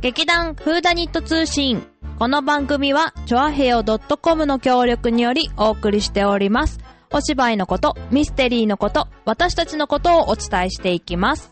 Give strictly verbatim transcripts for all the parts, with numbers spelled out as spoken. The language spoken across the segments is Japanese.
劇団フーダニット通信。この番組はチョアヘヨ .com の協力によりお送りしております。お芝居のこと、ミステリーのこと、私たちのことをお伝えしていきます。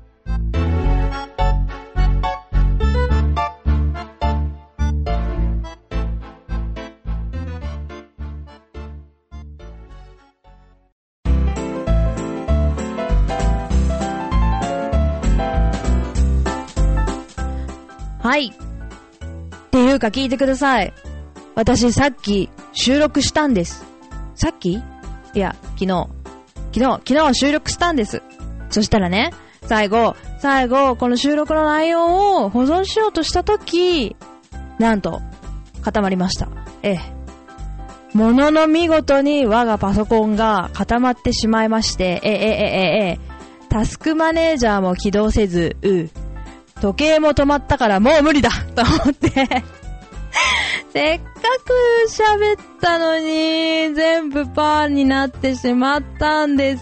はい。っていうか聞いてください。私さっき収録したんです。さっき？いや、昨日。昨日、昨日収録したんです。そしたらね、最後、最後、この収録の内容を保存しようとしたとき、なんと、固まりました。ええ。ものの見事に我がパソコンが固まってしまいまして、ええええええ、タスクマネージャーも起動せず、う時計も止まったからもう無理だと思ってせっかく喋ったのに全部パーになってしまったんです。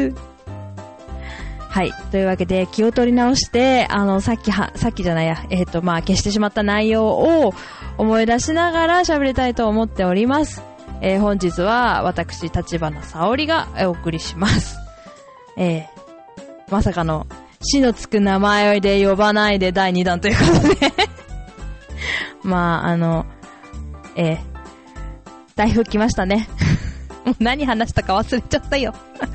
はい。というわけで気を取り直して、あの、さっきは、さっきじゃないや、えっと、まあ、消してしまった内容を思い出しながら喋りたいと思っております。えー、本日は私、立花沙織がお送りします。えー、まさかの死のつく名前で呼ばないでだいにだんということでまあ、あの、えー、台風来ましたね。もう何話したか忘れちゃったよ。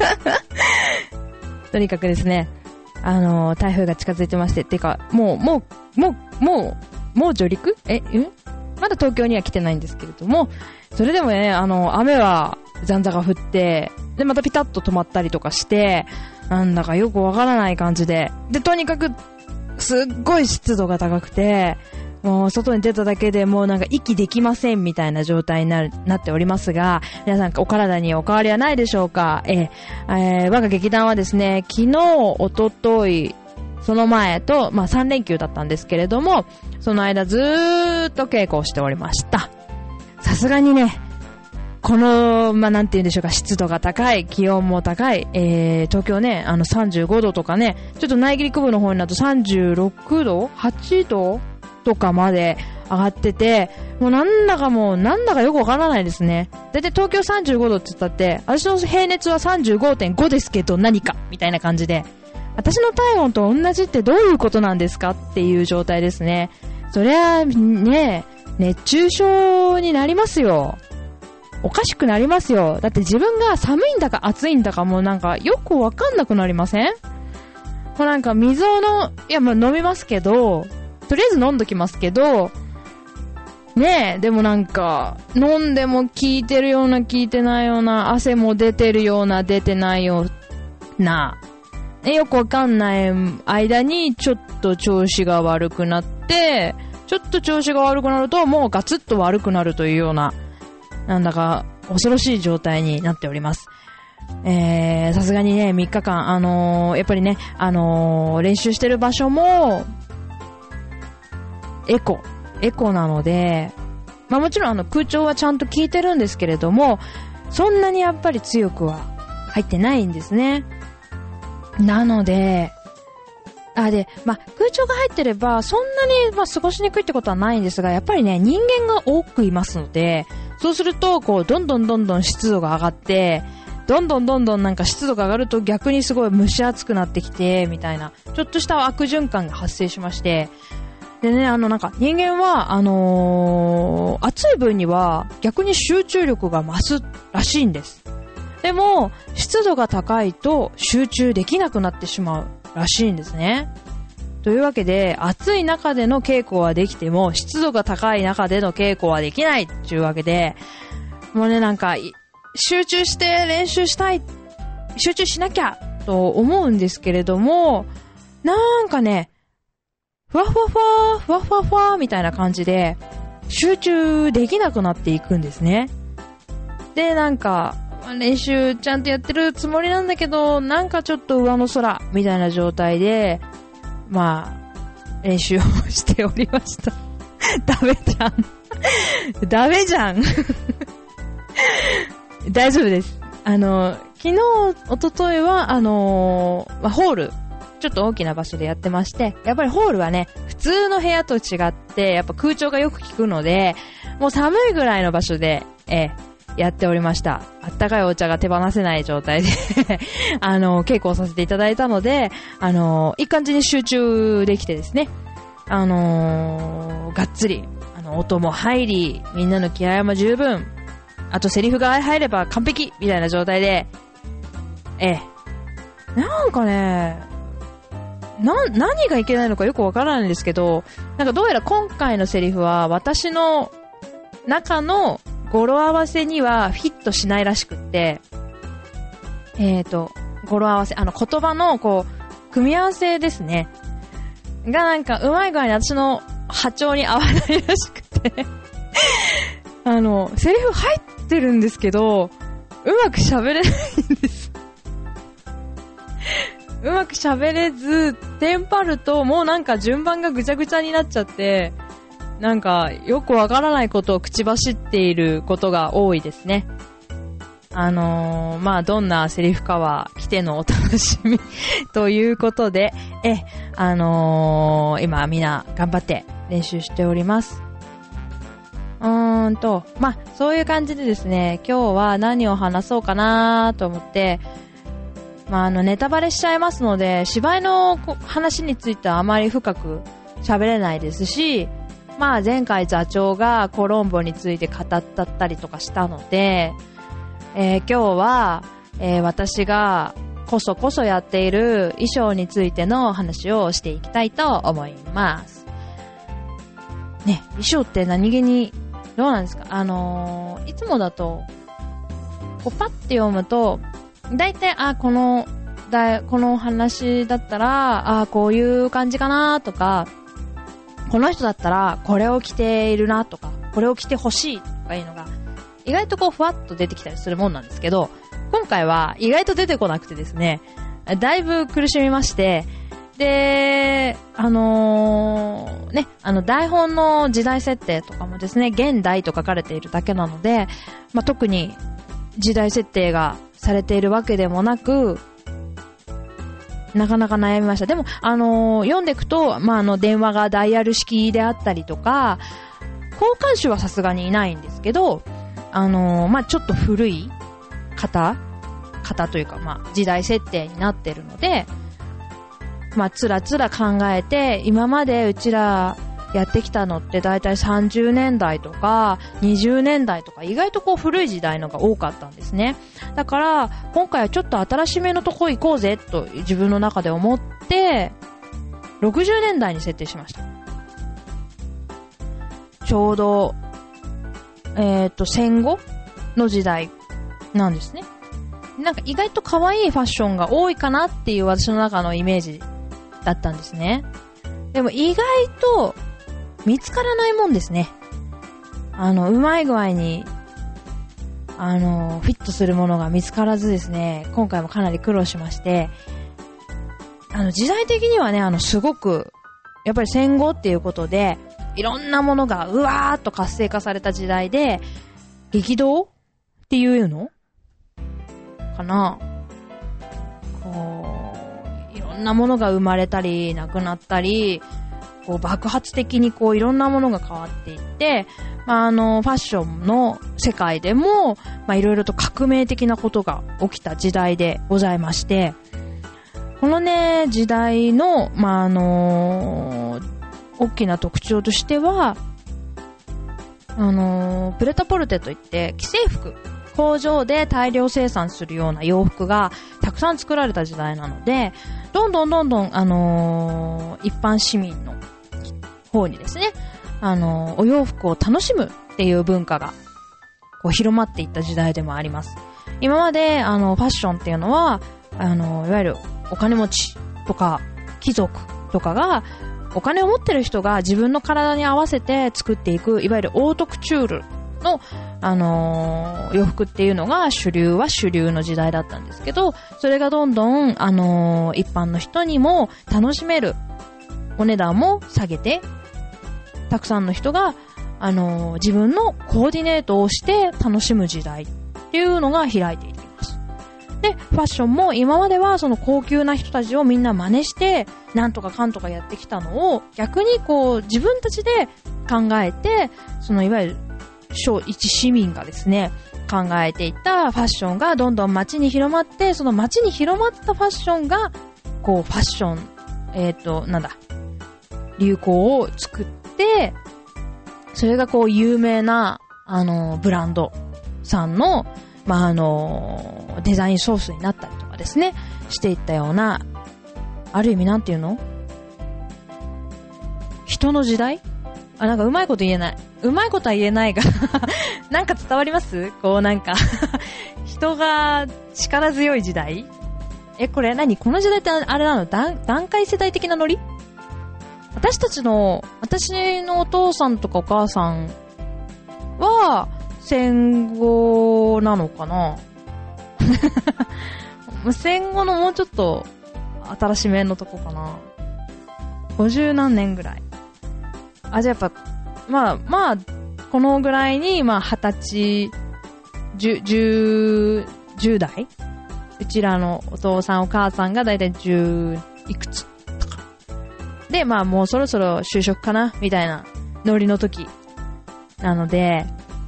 とにかくですね、あの、台風が近づいてまして、っていうか、もう、もう、もう、もう、もう上陸？え、ん？まだ東京には来てないんですけれども、それでもね、あの、雨は残々が降って、で、またピタッと止まったりとかして、なんだかよくわからない感じで、で、とにかく、すっごい湿度が高くて、もう外に出ただけでもうなんか息できませんみたいな状態になる、なっておりますが、皆さんお体にお変わりはないでしょうか。えー、えー、我が劇団はですね、昨日、おととい、その前と、まあさん連休だったんですけれども、その間ずーっと稽古をしておりました。さすがにね、この、まあ、なんて言うんでしょうか、湿度が高い、気温も高い、えー、東京ね、あのさんじゅうごどとかね、ちょっと内陸部の方になるとさんじゅうろくど ?はち 度とかまで上がってて、もうなんだかもう、なんだかよくわからないですね。だいたい東京さんじゅうごどって言ったって、私の平熱は さんじゅうごてんご ですけど何か、みたいな感じで、私の体温と同じってどういうことなんですかっていう状態ですね。そりゃ、ね、熱中症になりますよ。おかしくなりますよ。だって自分が寒いんだか暑いんだかもうなんかよくわかんなくなりません？もうなんか水をの、いやまあ飲みますけど、とりあえず飲んどきますけど、ねえ、でもなんか、飲んでも効いてるような効いてないような、汗も出てるような出てないような、よくわかんない間にちょっと調子が悪くなって、ちょっと調子が悪くなるともうガツッと悪くなるというような、なんだか恐ろしい状態になっております。えー、さすがにね、みっかかん、あのー、やっぱりね、あのー、練習してる場所も、エコ、エコなので、まあもちろんあの空調はちゃんと効いてるんですけれども、そんなにやっぱり強くは入ってないんですね。なので、あ、で、まあ、空調が入ってれば、そんなに、まあ、過ごしにくいってことはないんですが、やっぱりね、人間が多くいますので、そうすると、こう、どんどんどんどん湿度が上がって、どんどんどんどんなんか湿度が上がると逆にすごい蒸し暑くなってきて、みたいな、ちょっとした悪循環が発生しまして、でね、あのなんか人間は、あのー、暑い分には逆に集中力が増すらしいんです。でも、湿度が高いと集中できなくなってしまうらしいんですね。というわけで、暑い中での稽古はできても、湿度が高い中での稽古はできないっていうわけで、もうね、なんか、集中して練習したい、集中しなきゃと思うんですけれども、なんかね、ふわふわふわ、ふわふわふわみたいな感じで、集中できなくなっていくんですね。で、なんか、練習ちゃんとやってるつもりなんだけど、なんかちょっと上の空みたいな状態で、まあ、練習をしておりました。ダメじゃん。ダメじゃん。大丈夫です。あの、昨日、一昨日は、あのー、まあ、ホール、ちょっと大きな場所でやってまして、やっぱりホールはね、普通の部屋と違って、やっぱ空調がよく効くので、もう寒いぐらいの場所で、えー、やっておりました。あったかいお茶が手放せない状態で、あの、稽古をさせていただいたので、あの、いい感じに集中できてですね、あのー、がっつり、あの、音も入り、みんなの気合も十分、あとセリフが入れば完璧みたいな状態で、ええ。なんかね、な、何がいけないのかよくわからないんですけど、なんかどうやら今回のセリフは私の中の語呂合わせにはフィットしないらしくって、えーと、語呂合わせ、あの言葉のこう、組み合わせですね。がなんかうまい具合に私の波長に合わないらしくて、あの、セリフ入ってるんですけど、うまく喋れないんです。うまく喋れず、テンパるともうなんか順番がぐちゃぐちゃになっちゃって、なんかよくわからないことを口走っていることが多いですね。あのー、まあどんなセリフかは来てのお楽しみということで、え、あのー、今みんな頑張って練習しております。うーんと、まあ、そういう感じでですね、今日は何を話そうかなと思って、まあ、あの、ネタバレしちゃいますので、芝居の話についてはあまり深く喋れないですし、まあ、前回座長がコロンボについて語ったりとかしたので、えー、今日は、えー、私がこそこそやっている衣装についての話をしていきたいと思います。ね、衣装って何気にどうなんですか？あのー、いつもだと、こうパッて読むと、だいたい、あ、この、だ、この話だったら、あ、こういう感じかなとか、この人だったら、これを着ているなとか、これを着てほしいとかいうのが、意外とこう、ふわっと出てきたりするもんなんですけど、今回は意外と出てこなくてですね、だいぶ苦しみまして、で、あのー、ね、あの台本の時代設定とかもですね、現代と書かれているだけなので、まあ、特に時代設定がされているわけでもなく、なかなか悩みました。でも、あのー、読んでいくと、まあ、あの電話がダイヤル式であったりとか、交換手はさすがにいないんですけど、あのー、まあ、ちょっと古い型型というか、まあ、時代設定になってるので、まあ、つらつら考えて、今までうちらやってきたのってだいたいさんじゅうねんだいとかにじゅうねんだいとか意外とこう古い時代のが多かったんですね。だから今回はちょっと新しめのとこ行こうぜと自分の中で思ってろくじゅうねんだいに設定しました。ちょうどえっと戦後の時代なんですね。なんか意外と可愛いファッションが多いかなっていう私の中のイメージだったんですね。でも意外と見つからないもんですね。あの、うまい具合に、あの、フィットするものが見つからずですね、今回もかなり苦労しまして、あの、時代的にはね、あの、すごく、やっぱり戦後っていうことで、いろんなものがうわーっと活性化された時代で、激動っていうのかな。こう、いろんなものが生まれたり、なくなったり、こう爆発的にこういろんなものが変わっていって、まあ、あのファッションの世界でも、まあ、いろいろと革命的なことが起きた時代でございまして、このね時代の、まああのー、大きな特徴としては、あのー、プレタポルテといって既製服、工場で大量生産するような洋服がたくさん作られた時代なので、どんどんどんどん、あのー、一般市民の方にですね、あのー、お洋服を楽しむっていう文化がこう広まっていった時代でもあります。今まで、あの、ファッションっていうのは、あのー、いわゆるお金持ちとか貴族とかが、お金を持ってる人が自分の体に合わせて作っていく、いわゆるオートクチュールの、あのー、洋服っていうのが主流は主流の時代だったんですけど、それがどんどん、あのー、一般の人にも楽しめる、お値段も下げて、たくさんの人が、あのー、自分のコーディネートをして楽しむ時代っていうのが開いていきます。 で、ファッションも今まではその高級な人たちをみんな真似して、なんとかかんとかやってきたのを、逆にこう自分たちで考えて、そのいわゆる小一市民がですね、考えていたファッションがどんどん街に広まって、その街に広まったファッションが、こうファッション、えっと、なんだ、流行を作って、それがこう有名な、あの、ブランドさんの、まあ、あの、デザインソースになったりとかですね、していったような、ある意味なんていうの？人の時代？あ、なんかうまいこと言えない。うまいことは言えないが、なんか伝わります？こうなんか、人が力強い時代？え、これ何？この時代ってあれなの？段、段階世代的なノリ？私たちの、私のお父さんとかお母さんは、戦後なのかな戦後のもうちょっと新しめのとこかな。ごじゅうなんねんぐらい。あ、じゃあやっぱ、まあ、まあ、このぐらいに、まあ、はたち、じゅう、じゅう、じゅう代？うちらのお父さんお母さんがだいたいじゅういくつとか。で、まあもうそろそろ就職かなみたいなノリの時。なので、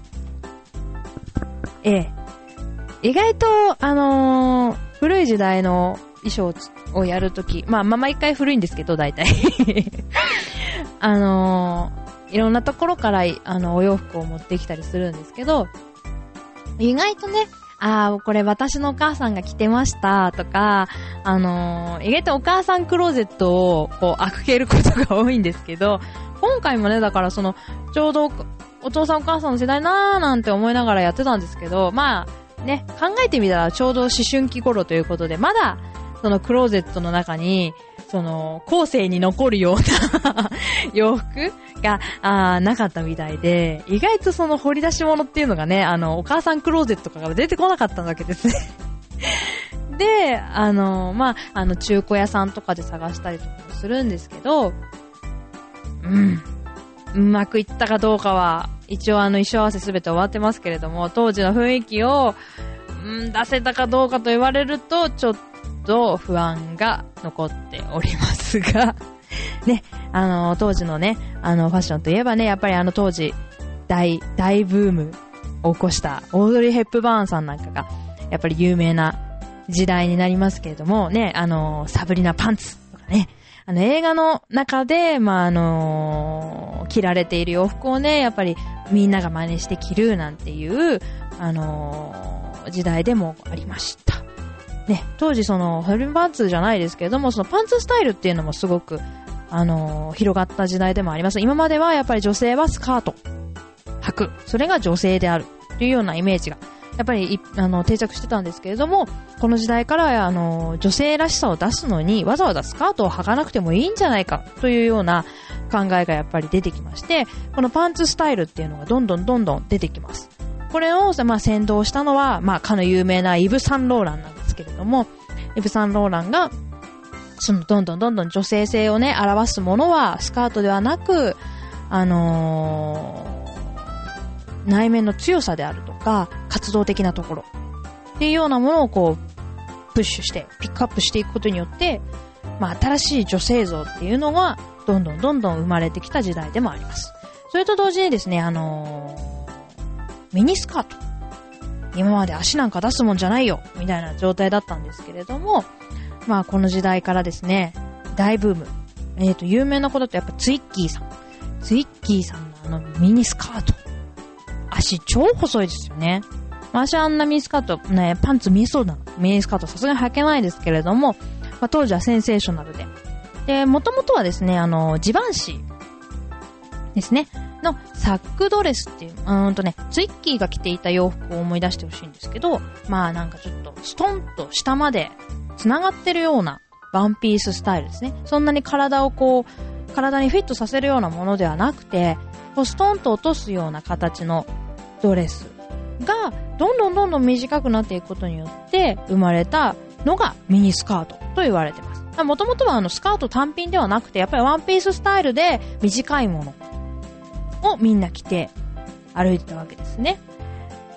ええ。意外と、あのー、古い時代の衣装をやるとき、まあ、まあ、毎回古いんですけど、大体。あのー、いろんなところから、あの、お洋服を持ってきたりするんですけど、意外とね、ああ、これ私のお母さんが着てましたとか、あのー、意外とお母さんクローゼットを、こう、開けることが多いんですけど、今回もね、だからその、ちょうど、お父さんお母さんの世代なーなんて思いながらやってたんですけど、まあね、考えてみたらちょうど思春期頃ということで、まだそのクローゼットの中に、その後世に残るような洋服があなかったみたいで、意外とその掘り出し物っていうのがね、あの、お母さんクローゼットとかが出てこなかったわけですね。で、あの、まあ、あの、中古屋さんとかで探したりとかもするんですけど、うん。うまくいったかどうかは、一応あの衣装合わせすべて終わってますけれども、当時の雰囲気を、うん、出せたかどうかと言われると、ちょっと不安が残っておりますが、ね、あの、当時のね、あの、ファッションといえばね、やっぱりあの当時、大、大ブームを起こしたオードリー・ヘップバーンさんなんかが、やっぱり有名な時代になりますけれども、ね、あの、サブリナパンツとかね、あの映画の中で、まあ、あのー、着られている洋服をね、やっぱりみんなが真似して着るなんていう、あのー、時代でもありました。ね、当時その、フルパンツじゃないですけれども、そのパンツスタイルっていうのもすごく、あのー、広がった時代でもあります。今まではやっぱり女性はスカート履く。それが女性である。というようなイメージが。やっぱりあの定着してたんですけれども、この時代からあの女性らしさを出すのにわざわざスカートを履かなくてもいいんじゃないかというような考えがやっぱり出てきまして、このパンツスタイルっていうのがどんどんどんどん出てきます。これを、まあ、先導したのは、まあ、かの有名なイヴ・サンローランなんですけれども、イヴ・サンローランがそのどんどんどんどん女性性をね表すものはスカートではなく、あのー内面の強さであるとか活動的なところっていうようなものをこうプッシュしてピックアップしていくことによって、まあ、新しい女性像っていうのがどんどんどんどん生まれてきた時代でもあります。それと同時にですね、あのー、ミニスカート、今まで足なんか出すもんじゃないよみたいな状態だったんですけれども、まあこの時代からですね、大ブーム、えーと有名な子だとやっぱツイッキーさんツイッキーさんのあのミニスカート、足超細いですよね。私はあんなミニスカートね、パンツ見えそうなミニスカートさすがに履けないですけれども、まあ、当時はセンセーショナルで。で、もともとはですね、あの、ジバンシーですね、のサックドレスっていう、うーんとね、ツイッキーが着ていた洋服を思い出してほしいんですけど、まあなんかちょっとストンと下まで繋がってるようなワンピーススタイルですね。そんなに体をこう、体にフィットさせるようなものではなくて、こうストンと落とすような形のドレスがどんどんどんどん短くなっていくことによって生まれたのがミニスカートと言われてます。もともとはあのスカート単品ではなくて、やっぱりワンピーススタイルで短いものをみんな着て歩いてたわけですね。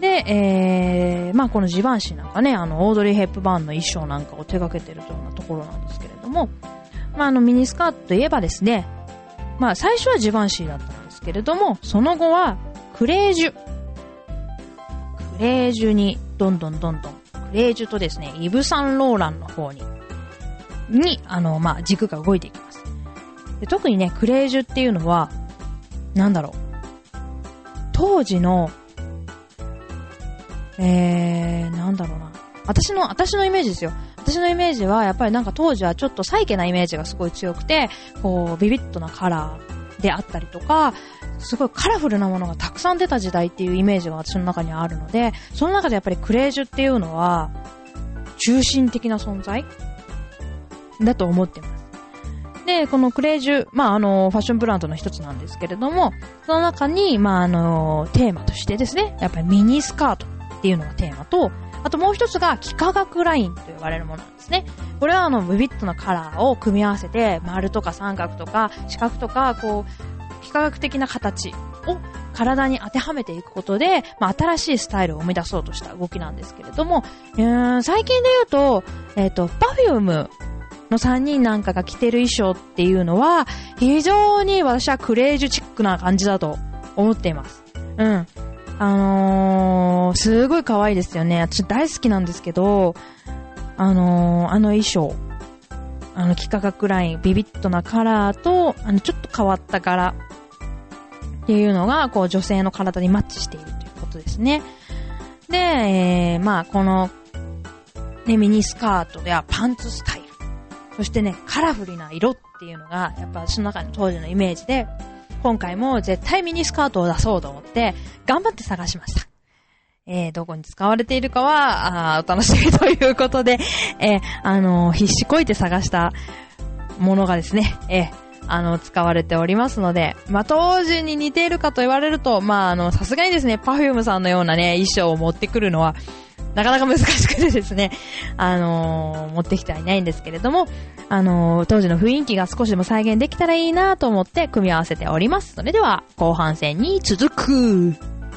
で、えー、まあこのジバンシーなんかね、あの、オードリー・ヘップバーンの衣装なんかを手掛けてるようなところなんですけれども、まああのミニスカートといえばですね、まあ最初はジバンシーだったんですけれども、その後はクレージュ。クレージュにどんどんどんどん、クレージュとですね、イヴ・サンローランの方に、に、あの、まあ軸が動いていきます。で特にね、クレージュっていうのは、なんだろう、当時のえー、なんだろうな。私の、私のイメージですよ。私のイメージは、やっぱりなんか当時はちょっとサイケなイメージがすごい強くて、こう、ビビッドなカラーであったりとか、すごいカラフルなものがたくさん出た時代っていうイメージが私の中にあるので、その中でやっぱりクレージュっていうのは、中心的な存在だと思ってます。で、このクレージュ、まあ、あの、ファッションブランドの一つなんですけれども、その中に、まあ、あの、テーマとしてですね、やっぱりミニスカートっていうのがテーマと、あともう一つが幾何学ラインと呼ばれるものなんですね。これはあの、ビビッドなカラーを組み合わせて、丸とか三角とか四角とか、こう、幾何学的な形を体に当てはめていくことで、まあ、新しいスタイルを生み出そうとした動きなんですけれども、うーん、最近で言うと、えっと、パフュームのさんにんなんかが着てる衣装っていうのは、非常に私はクレージュチックな感じだと思っています。うん。あのー、すごい可愛いですよね。私大好きなんですけど、あのー、あの衣装、あの幾何学ライン、ビビッドなカラーと、あのちょっと変わった柄っていうのが、こう女性の体にマッチしているということですね。で、えー、まあこの、ね、ミニスカートやパンツスタイル、そしてね、カラフルな色っていうのが、やっぱ私の中の当時のイメージで、今回も絶対ミニスカートを出そうと思って、頑張って探しました。えー、どこに使われているかは、あお楽しみということで、えー、あのー、必死こいて探したものがですね、えー、あの、使われておりますので、まあ、当時に似ているかと言われると、まあ、あの、さすがにですね、パフュームさんのようなね、衣装を持ってくるのは、なかなか難しくてですね、あのー、持ってきてはいないんですけれども、あのー、当時の雰囲気が少しでも再現できたらいいなと思って組み合わせております。それでは、後半戦に続く。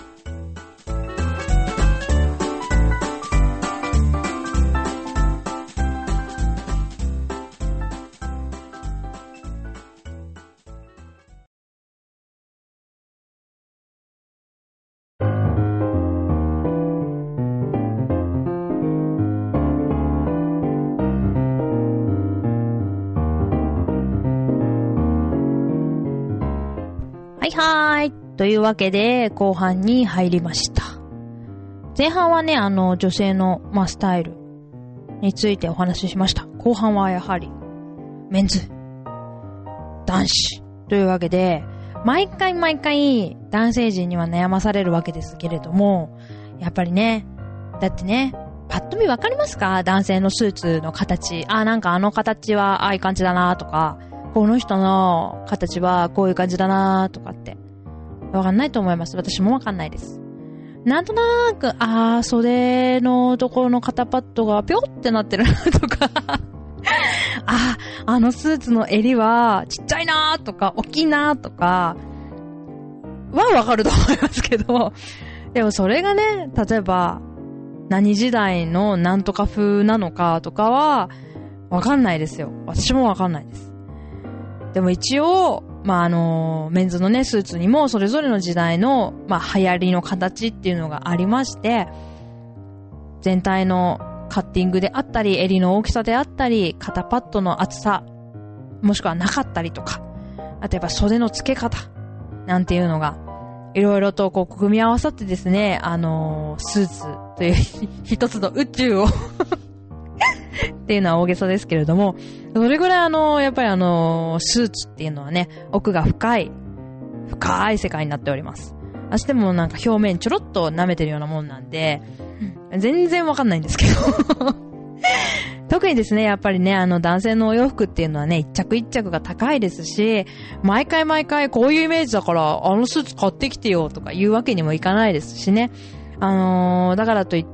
はいはーい。というわけで、後半に入りました。前半はね、あの、女性の、まあ、スタイルについてお話ししました。後半はやはり、メンズ、男子。というわけで、毎回毎回、男性陣には悩まされるわけですけれども、やっぱりね、だってね、パッと見わかりますか？男性のスーツの形。あ、なんかあの形はああいう感じだなとか、この人の形はこういう感じだなとかって。わかんないと思います。私もわかんないです。なんとなく、あー、袖のところの肩パッドがぴょってなってるなとか、あー、あのスーツの襟はちっちゃいなとか、大きいなとか、はわかると思いますけど、でもそれがね、例えば、何時代のなんとか風なのかとかは、わかんないですよ。私もわかんないです。でも一応、まあ、あの、メンズのね、スーツにもそれぞれの時代の、まあ、流行りの形っていうのがありまして、全体のカッティングであったり、襟の大きさであったり、肩パッドの厚さ、もしくはなかったりとか、あとやっぱ袖の付け方、なんていうのが、いろいろとこう、組み合わさってですね、あの、スーツという一つの宇宙をっていうのは大げさですけれども、それぐらいあの、やっぱりあの、スーツっていうのはね、奥が深い、深い世界になっております。あしてもなんか表面ちょろっと舐めてるようなもんなんで、全然わかんないんですけど。特にですね、やっぱりね、あの男性のお洋服っていうのはね、一着一着が高いですし、毎回毎回こういうイメージだから、あのスーツ買ってきてよとか言うわけにもいかないですしね。あのー、だからといって、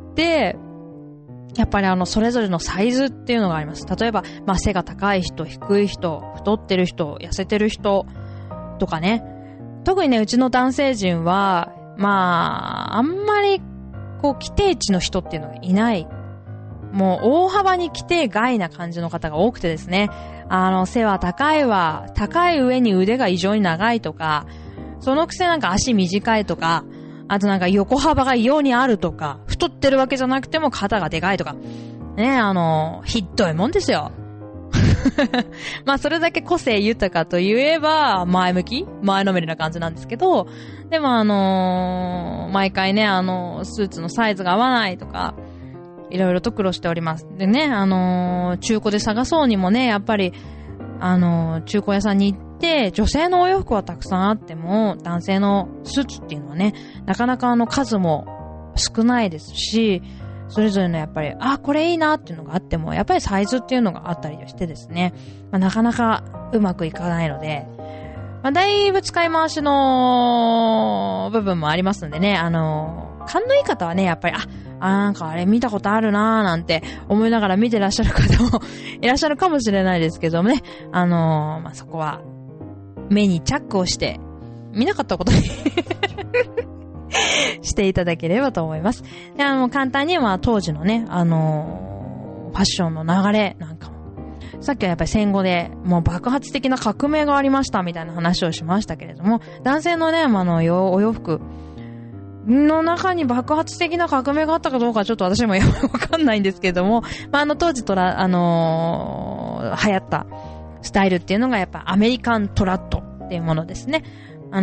やっぱりあの、それぞれのサイズっていうのがあります。例えば、まあ、背が高い人、低い人、太ってる人、痩せてる人とかね。特にね、うちの男性陣は、まあ、あんまりこう、規定値の人っていうのがいない。もう、大幅に規定外な感じの方が多くてですね。あの、背は高いわ、高い上に腕が異常に長いとか、そのくせなんか足短いとか、あとなんか横幅が異様にあるとか、太ってるわけじゃなくても肩がでかいとか。ね、あの、ひどいもんですよ。まあそれだけ個性豊かと言えば前向き前のめりな感じなんですけど、でもあのー、毎回ね、あのー、スーツのサイズが合わないとか、いろいろと苦労しております。でね、あのー、中古で探そうにもね、やっぱり、あのー、中古屋さんに行って、女性のお洋服はたくさんあっても、男性のスーツっていうのはね、なかなかあの数も少ないですし、それぞれのやっぱり、あ、これいいなっていうのがあっても、やっぱりサイズっていうのがあったりしてですね、まあ、なかなかうまくいかないので、まあ、だいぶ使い回しの部分もありますんでね、あの、勘のいい方はね、やっぱり、あ、あ、なんかあれ見たことあるなーなんて思いながら見てらっしゃる方もいらっしゃるかもしれないですけどもね、あの、まあ、そこは目にチャックをして、見なかったことにしていただければと思います。で、あの、簡単には当時のね、あのー、ファッションの流れなんかも、さっきはやっぱり戦後でもう爆発的な革命がありましたみたいな話をしましたけれども、男性のね、あの、お洋服の中に爆発的な革命があったかどうかはちょっと私もわかんないんですけれども、まあ、あの当時トラ、あのー、流行ったスタイルっていうのがやっぱアメリカントラッドっていうものですね。あ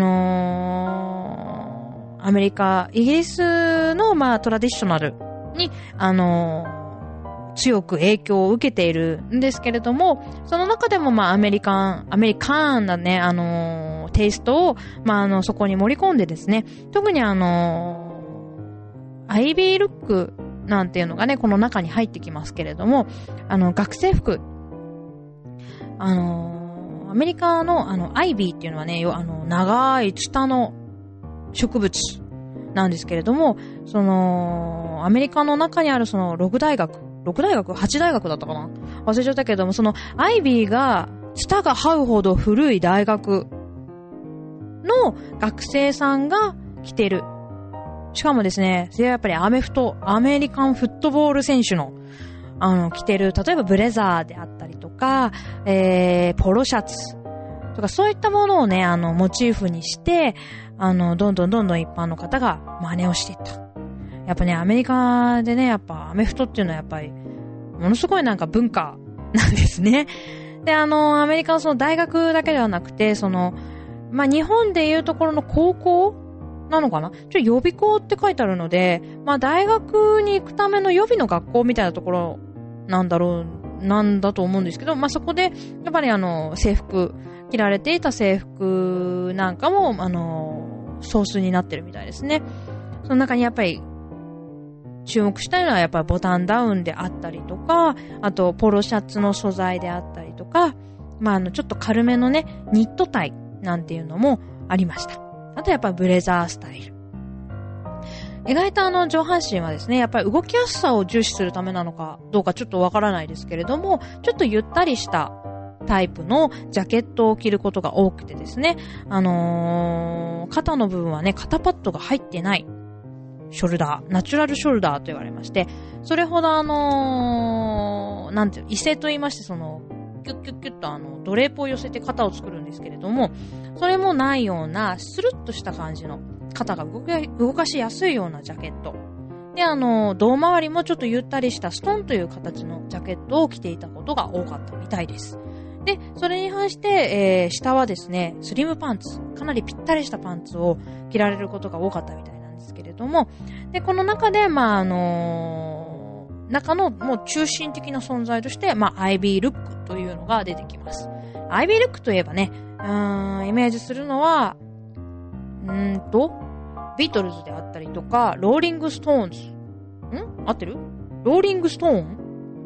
のー、アメリカ、イギリスのまあトラディショナルに、あのー、強く影響を受けているんですけれども、その中でもまあアメリカン、アメリカンなね、あのー、テイストを、まああの、そこに盛り込んでですね、特にあのー、アイビールックなんていうのがね、この中に入ってきますけれども、あの、学生服、あのー、アメリカのあの、アイビーっていうのはね、あの、長いツタの植物なんですけれども、その、アメリカの中にあるその、ろく大学、ろく大学 ?はち 大学だったかな忘れちゃったけれども、その、アイビーが、ツタが這うほど古い大学の学生さんが来てる。しかもですね、それはやっぱりアメフト、アメリカンフットボール選手の、あの、着てる、例えばブレザーであったりとか、えー、ポロシャツとか、そういったものをね、あの、モチーフにして、あの、どんどんどんどん一般の方が真似をしていった。やっぱね、アメリカでね、やっぱアメフトっていうのはやっぱり、ものすごいなんか文化なんですね。で、あの、アメリカのその大学だけではなくて、その、まあ、日本でいうところの高校なのかな？ちょ、予備校って書いてあるので、まあ、大学に行くための予備の学校みたいなところなんだろう、なんだと思うんですけど、まあ、そこで、やっぱりあの、制服、着られていた制服なんかも、あの、ソースになってるみたいですね。その中にやっぱり、注目したいのはやっぱりボタンダウンであったりとか、あと、ポロシャツの素材であったりとか、まあ、あの、ちょっと軽めのね、ニットタイなんていうのもありました。あとやっぱりブレザースタイル。意外とあの上半身はですね、やっぱり動きやすさを重視するためなのかどうかちょっとわからないですけれども、ちょっとゆったりしたタイプのジャケットを着ることが多くてですね、あのー、肩の部分はね、肩パッドが入ってないショルダー、ナチュラルショルダーと言われまして、それほどあのー、なんていう、異性と言いまして、その、キュッキュッキュッとあの、ドレープを寄せて肩を作るんですけれども、それもないような、スルッとした感じの、肩が動か、動かしやすいようなジャケット。で、あの、胴回りもちょっとゆったりしたストンという形のジャケットを着ていたことが多かったみたいです。で、それに反して、えー、下はですね、スリムパンツ、かなりぴったりしたパンツを着られることが多かったみたいなんですけれども、で、この中で、まあ、あのー、中のもう中心的な存在として、まあ、アイビールックというのが出てきます。アイビールックといえばね、うーん、イメージするのは、うーんと、ビートルズであったりとか、ローリングストーンズ。ん合ってる？ローリングストーン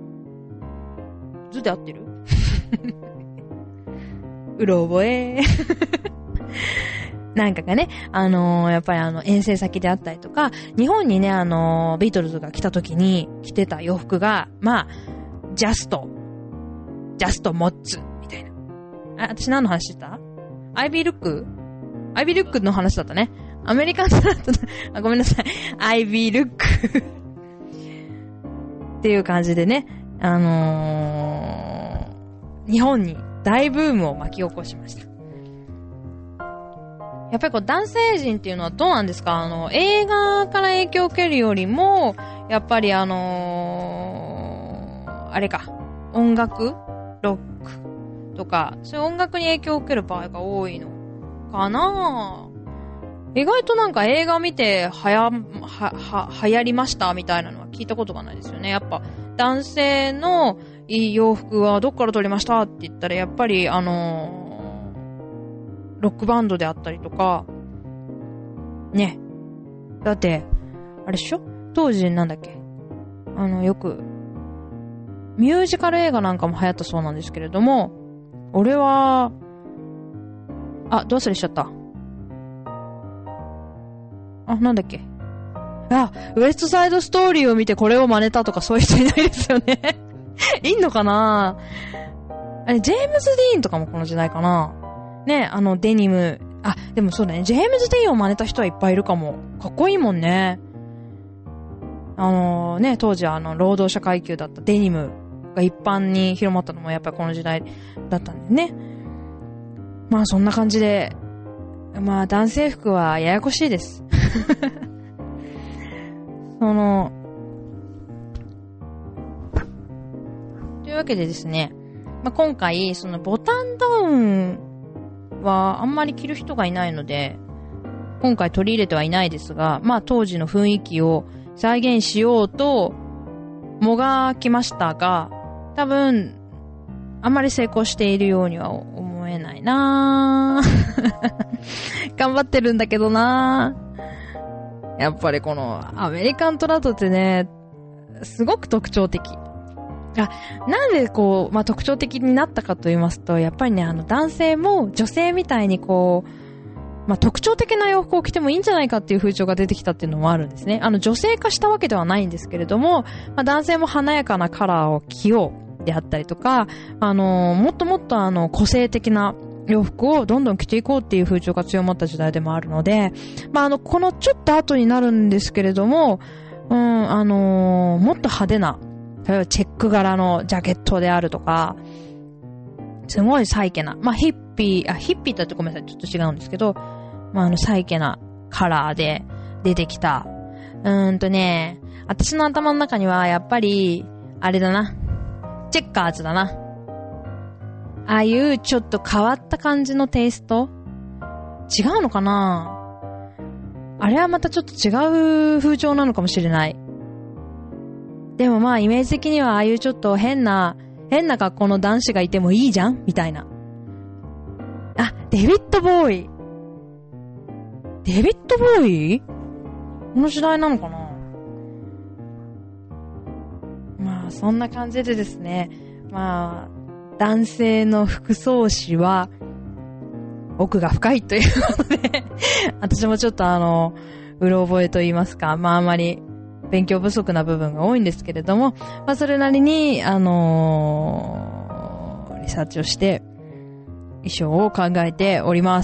図で合ってるうろ覚えなんかがね、あのー、やっぱりあの、遠征先であったりとか、日本にね、あのー、ビートルズが来た時に着てた洋服が、まあ、ジャスト、ジャストモッツ、みたいな。あ、私何の話してた？アイビールック？アイビールックの話だったね。 アメリカントラット、あ、ごめんなさい。アイビールックっていう感じでね、あのー、日本に大ブームを巻き起こしました。やっぱりこう男性陣っていうのはどうなんですか？あの、映画から影響を受けるよりも、やっぱりあのー、あれか、音楽？ロックとか、そういう音楽に影響を受ける場合が多いのかなぁ。意外となんか映画見てはや、は、は、流行りましたみたいなのは聞いたことがないですよね。やっぱ男性のいい洋服はどっから取りましたって言ったらやっぱりあのー、ロックバンドであったりとか、ね。だって、あれっしょ？当時なんだっけ？あの、よく、ミュージカル映画なんかも流行ったそうなんですけれども、俺は、あ、どう忘れしちゃった。あ、なんだっけ。あ、ウエストサイドストーリーを見てこれを真似たとかそういう人いないですよね。いんのかなあれ、ジェームズ・ディーンとかもこの時代かなね、あの、デニム。あ、でもそうだね。ジェームズ・ディーンを真似た人はいっぱいいるかも。かっこいいもんね。あのね、当時はあの、労働者階級だったデニムが一般に広まったのもやっぱりこの時代だったんでね。まあそんな感じで、まあ男性服はややこしいです。その、というわけでですね、まあ、今回そのボタンダウンはあんまり着る人がいないので、今回取り入れてはいないですが、まあ当時の雰囲気を再現しようともがきましたが、多分あんまり成功しているようには思えないなぁ。頑張ってるんだけどなぁ。やっぱりこのアメリカントラットってね、すごく特徴的。あ、なんでこう、まあ、特徴的になったかと言いますと、やっぱりね、あの男性も女性みたいにこう、まあ、特徴的な洋服を着てもいいんじゃないかっていう風潮が出てきたっていうのもあるんですね。あの女性化したわけではないんですけれども、まあ、男性も華やかなカラーを着ようであったりとか、あのー、もっともっとあの個性的な洋服をどんどん着ていこうっていう風潮が強まった時代でもあるので、まあ、あの、このちょっと後になるんですけれども、うん、あのー、もっと派手な、例えばチェック柄のジャケットであるとか、すごいサイケな、まあ、ヒッピー、あ、ヒッピーだってごめんなさい、ちょっと違うんですけど、まあ、あの、サイケなカラーで出てきた。うーんとね、私の頭の中にはやっぱり、あれだな、チェッカーズだな。ああいうちょっと変わった感じのテイスト？違うのかな？あれはまたちょっと違う風潮なのかもしれない。でもまあイメージ的にはああいうちょっと変な、変な格好の男子がいてもいいじゃんみたいな。あ、デビッド・ボーイ。デビッド・ボーイ？この時代なのかな？まあそんな感じでですね、まあ男性の服装史は奥が深いということで私もちょっとあのうろ覚えと言いますか、まああまり勉強不足な部分が多いんですけれども、まあそれなりにあのー、リサーチをして衣装を考えております。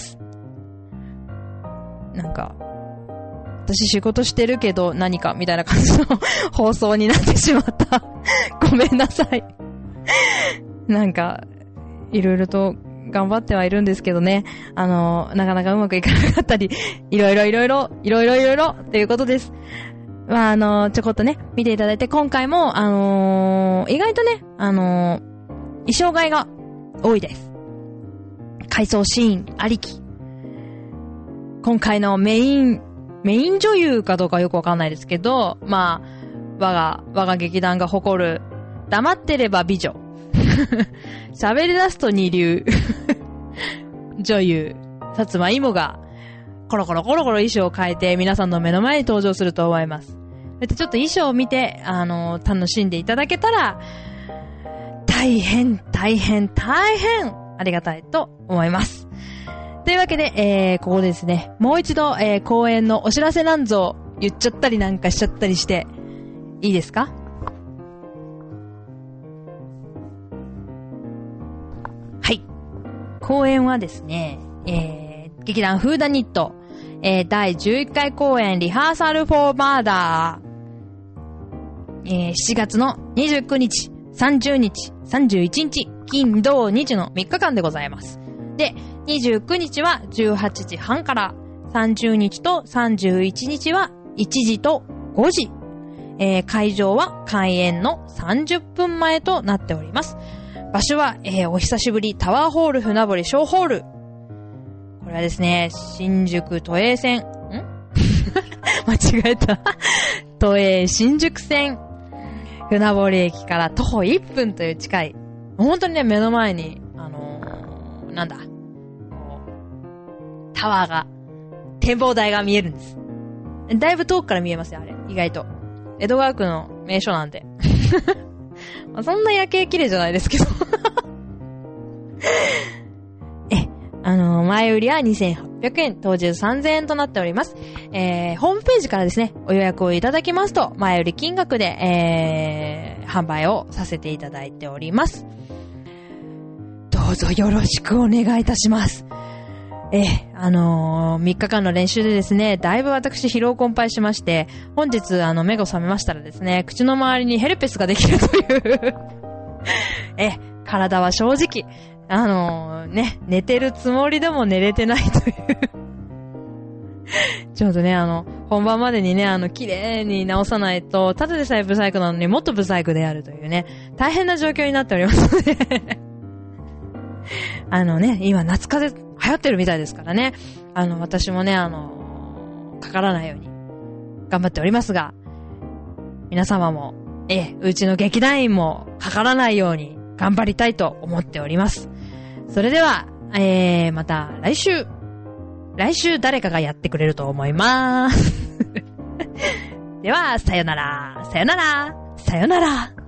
なんか私仕事してるけど何かみたいな感じの放送になってしまったごめんなさいなんかいろいろと頑張ってはいるんですけどね、あのなかなかうまくいかなかったり、いろいろいろいろいろいろいろいろということです。まああのちょこっとね見ていただいて、今回もあのー、意外とねあのー、衣装替えが多いです。回想シーンありき。今回のメインメイン女優かどうかよくわかんないですけど、まあ我が我が劇団が誇る黙ってれば美女喋り出すと二流女優薩摩いもがコロコロコロコロ衣装を変えて皆さんの目の前に登場すると思います。でちょっと衣装を見てあの楽しんでいただけたら大変大変大変ありがたいと思います。というわけで、えー、ここでですね、もう一度、えー、公演のお知らせなんぞ言っちゃったりなんかしちゃったりしていいですか？はい。公演はですね、えー、劇団フーダニット、 えー、だいじゅういっかい公演リハーサルフォーマーダー、えー、しちがつのにじゅうくにち、さんじゅうにち、さんじゅういちにち、金土日のみっかかんでございます。で、にじゅうくにちはじゅうはちじはんから、さんじゅうにちとさんじゅういちにちはいちじとごじ。えー、会場は開演のさんじゅっぷんまえとなっております。場所は、えー、お久しぶりタワーホール船堀小ホール。これはですね、新宿都営線、ん間違えた。都営新宿線船堀駅から徒歩いっぷんという近い、本当にね、目の前に、あのー、なんだ、タワーが、展望台が見えるんです。だいぶ遠くから見えますよ、あれ。意外と。江戸川区の名所なんで。そんな夜景綺麗じゃないですけど。え、あのー、前売りはにせんはっぴゃくえん、当日さんぜんえんとなっております。えー、ホームページからですね、お予約をいただきますと、前売り金額で、えー、販売をさせていただいております。どうぞよろしくお願いいたします。えー、あのー、みっかかんの練習でですね、だいぶ私疲労困憊しまして、本日あの目が覚めましたらですね、口の周りにヘルペスができるというえ、体は正直、あのー、ね、寝てるつもりでも寝れてないというちょっとね、あの、本番までにね、あの、綺麗に直さないと、ただでさえブサイクなのにもっとブサイクであるというね、大変な状況になっておりますのであのね、今夏風邪流行ってるみたいですからね。あの、私もね、あの、かからないように頑張っておりますが、皆様も、え、うちの劇団員もかからないように頑張りたいと思っております。それでは、えー、また来週、来週誰かがやってくれると思います。では、さよなら、さよなら、さよなら。